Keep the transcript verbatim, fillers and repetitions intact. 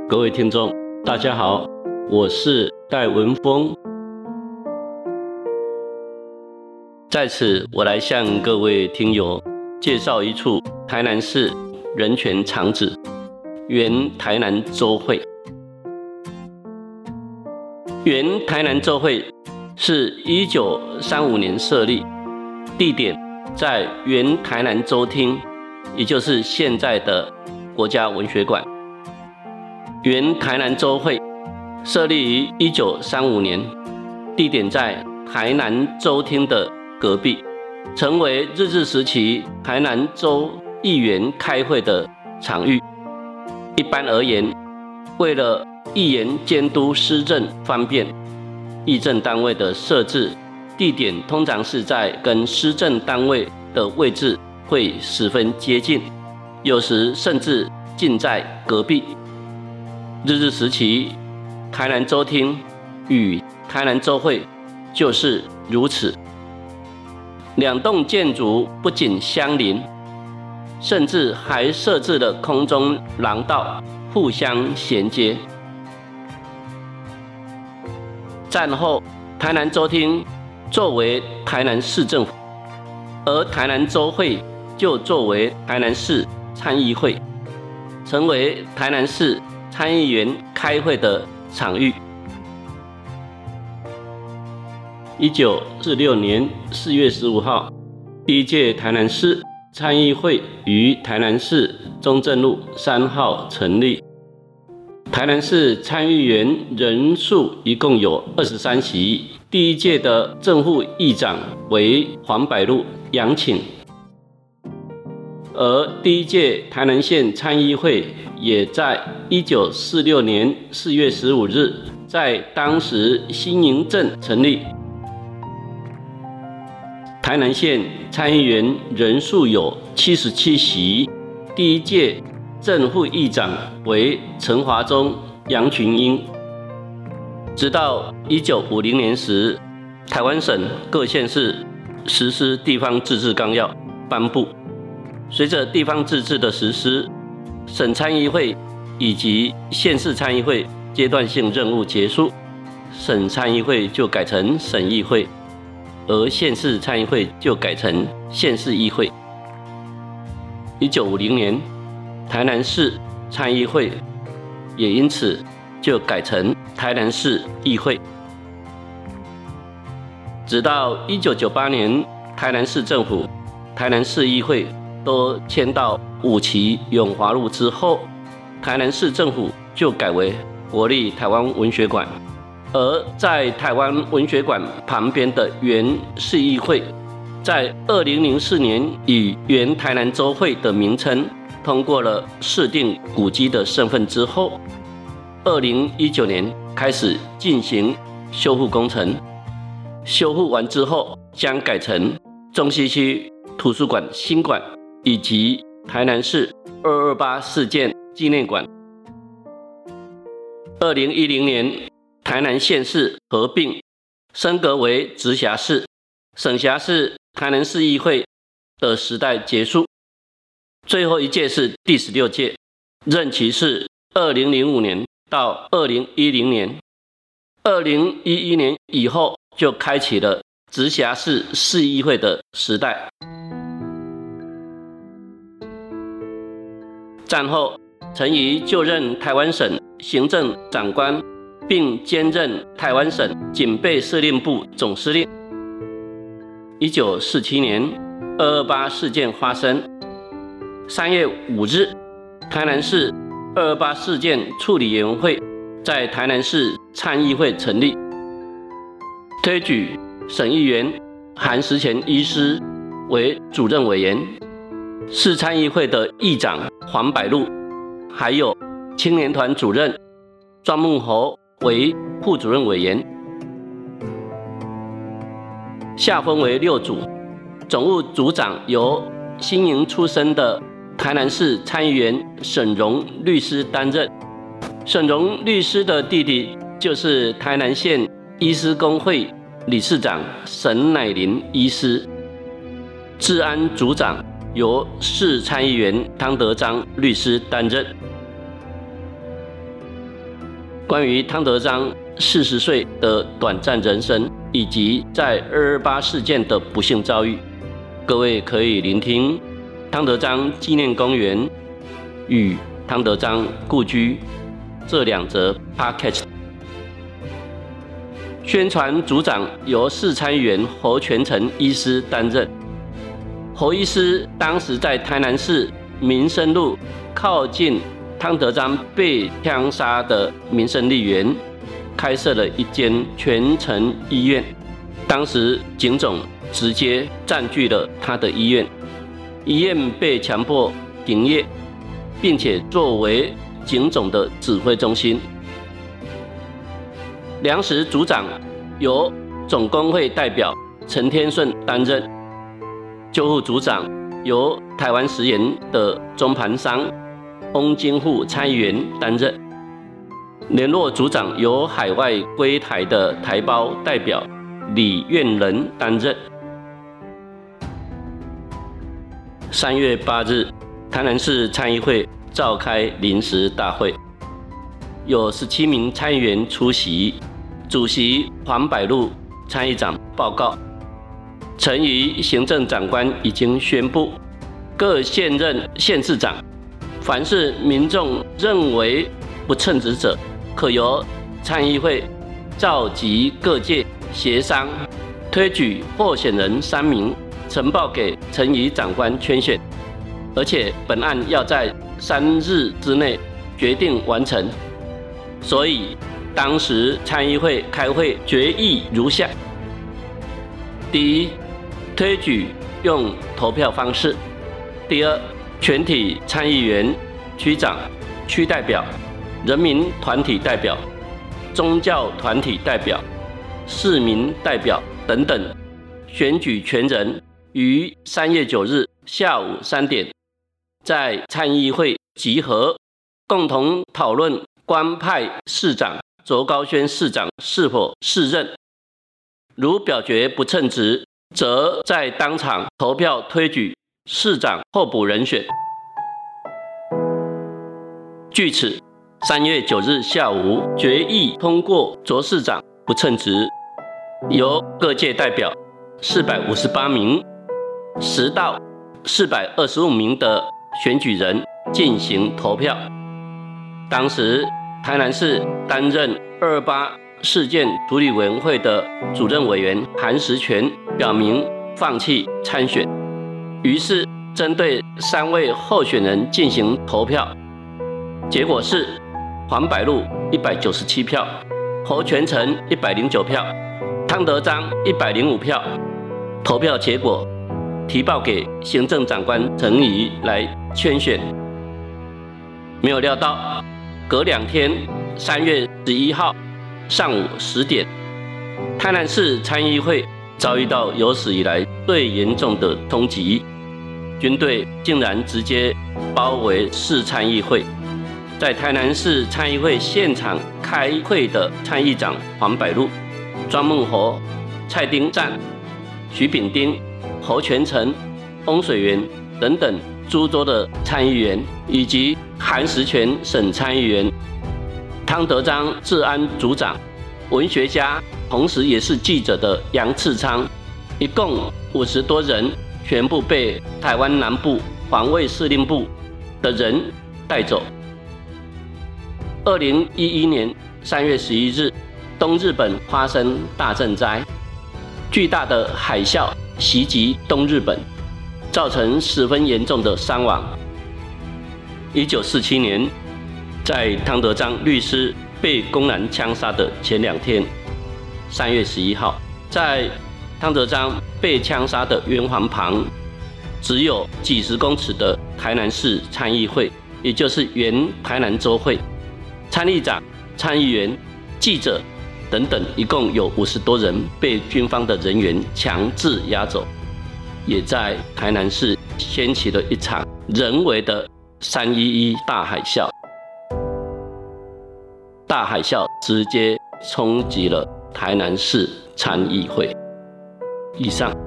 各位听众，大家好，我是戴文峰。在此，我来向各位听友介绍一处台南市人权场址——原台南州会。原台南州会是一九三五年设立，地点在原台南州厅，也就是现在的国家文学馆。原台南州会设立于一九三五年，地点在台南州厅的隔壁，成为日治时期台南州议员开会的场域。一般而言，为了议员监督施政方便，议政单位的设置地点通常是在跟施政单位的位置会十分接近，有时甚至近在隔壁。日治时期，台南州厅与台南州会就是如此。两栋建筑不仅相邻，甚至还设置了空中廊道，互相衔接。战后，台南州厅作为台南市政府，而台南州会就作为台南市参议会，成为台南市参议员开会的场域。一九四六年四月十五号，第一届台南市参议会于台南市中正路三号成立。台南市参议员人数一共有二十三席，第一届的正副议长为黄百禄、杨请。而第一届台南县参议会也在一九四六年四月十五日在当时新营镇成立。台南县参议员人数有七十七席，第一届正副议长为陈华忠、杨群英。直到一九五零年时，台湾省各县市实施地方自治纲要颁布。随着地方自治的实施，省参议会以及县市参议会阶段性任务结束，省参议会就改成省议会，而县市参议会就改成县市议会。一九五零年，台南市参议会也因此就改成台南市议会。直到一九九八年，台南市政府、台南市议会都迁到五期永华路之后，台南市政府就改为国立台湾文学馆，而在台湾文学馆旁边的原市议会，在二零零四年以原台南州会的名称通过了市定古迹的身份之后，二零一九年开始进行修复工程，修复完之后将改成中西区图书馆新馆以及台南市二二八事件纪念馆。二零一零年，台南县市合并升格为直辖市，省辖市台南市议会的时代结束。最后一届是第十六届，任期是二零零五年到二零一零年。二零一一年以后就开启了直辖市市议会的时代。战后，陈仪就任台湾省行政长官，并兼任台湾省警备司令部总司令。一九四七年，二二八事件发生。三月五日，台南市二二八事件处理委员会在台南市参议会成立，推举省议员韩石泉医师为主任委员，市参议会的议长黄百禄，还有青年团主任庄木侯为副主任委员，下分为六组，总务组长由新营出身的台南市参议员沈荣律师担任。沈荣律师的弟弟就是台南县医师公会理事长沈乃麟医师。治安组长由市参议员汤德章律师担任。 关于汤德章四十岁的短暂人生，以及在二二八事件的不幸遭遇，各位可以聆听汤德章纪念公园与汤德章故居这两则 podcast。 宣传组长由市参议员侯全成医师担任。侯医师当时在台南市民生路靠近汤德章被枪杀的民生丽园开设了一间全城医院，当时警总直接占据了他的医院，医院被强迫停业，并且作为警总的指挥中心。粮食组长由总工会代表陈天顺担任，救护组长由台湾食盐的中盘商翁金富参议员担任，联络组长由海外归台的台胞代表李愿仁担任。三月八日，台南市参议会召开临时大会，有十七名参议员出席。主席黄百禄参议长报告，陈仪行政长官已经宣布，各现任县市长，凡是民众认为不称职者，可由参议会召集各界协商，推举候选人三名，呈报给陈仪长官圈选，而且本案要在三日之内决定完成。所以当时参议会开会决议如下：第一，推举用投票方式；第二，全体参议员、区长、区代表、人民团体代表、宗教团体代表、市民代表等等，选举权人于三月九日下午三点在参议会集合，共同讨论官派市长卓高轩市长是否适任，如表决不称职，则在当场投票推举市长候补人选。据此，三月九日下午决议通过卓市长不称职，由各界代表四百五十八名、十到四百二十五名的选举人进行投票。当时台南市担任二二八事件处理委员会的主任委员韩时全表明放弃参选，于是针对三位候选人进行投票，结果是黄百禄一百九十七票，侯全成一百零九票，汤德章一百零五票。投票结果提报给行政长官陈仪来圈选，没有料到隔两天，三月十一号上午十点，台南市参议会遭遇到有史以来最严重的通缉，军队竟然直接包围市参议会。在台南市参议会现场开会的参议长黄百禄、庄孟侯、蔡丁赞、徐炳丁、侯全成、翁水源等等诸多的参议员，以及韩时全省参议员、汤德章治安组长、文学家，同时也是记者的杨次昌，一共五十多人，全部被台湾南部防卫司令部的人带走。二零一一年三月十一日，东日本发生大震灾，巨大的海啸袭击东日本，造成十分严重的伤亡。一九四七年，在汤德章律师被公然枪杀的前两天，三月十一号，在汤德章被枪杀的圆环旁，只有几十公尺的台南市参议会，也就是原台南州会，参议长、参议员、记者等等，一共有五十多人被军方的人员强制押走，也在台南市掀起了一场人为的三一一大海啸。大海啸直接冲击了台南市参议会。以上。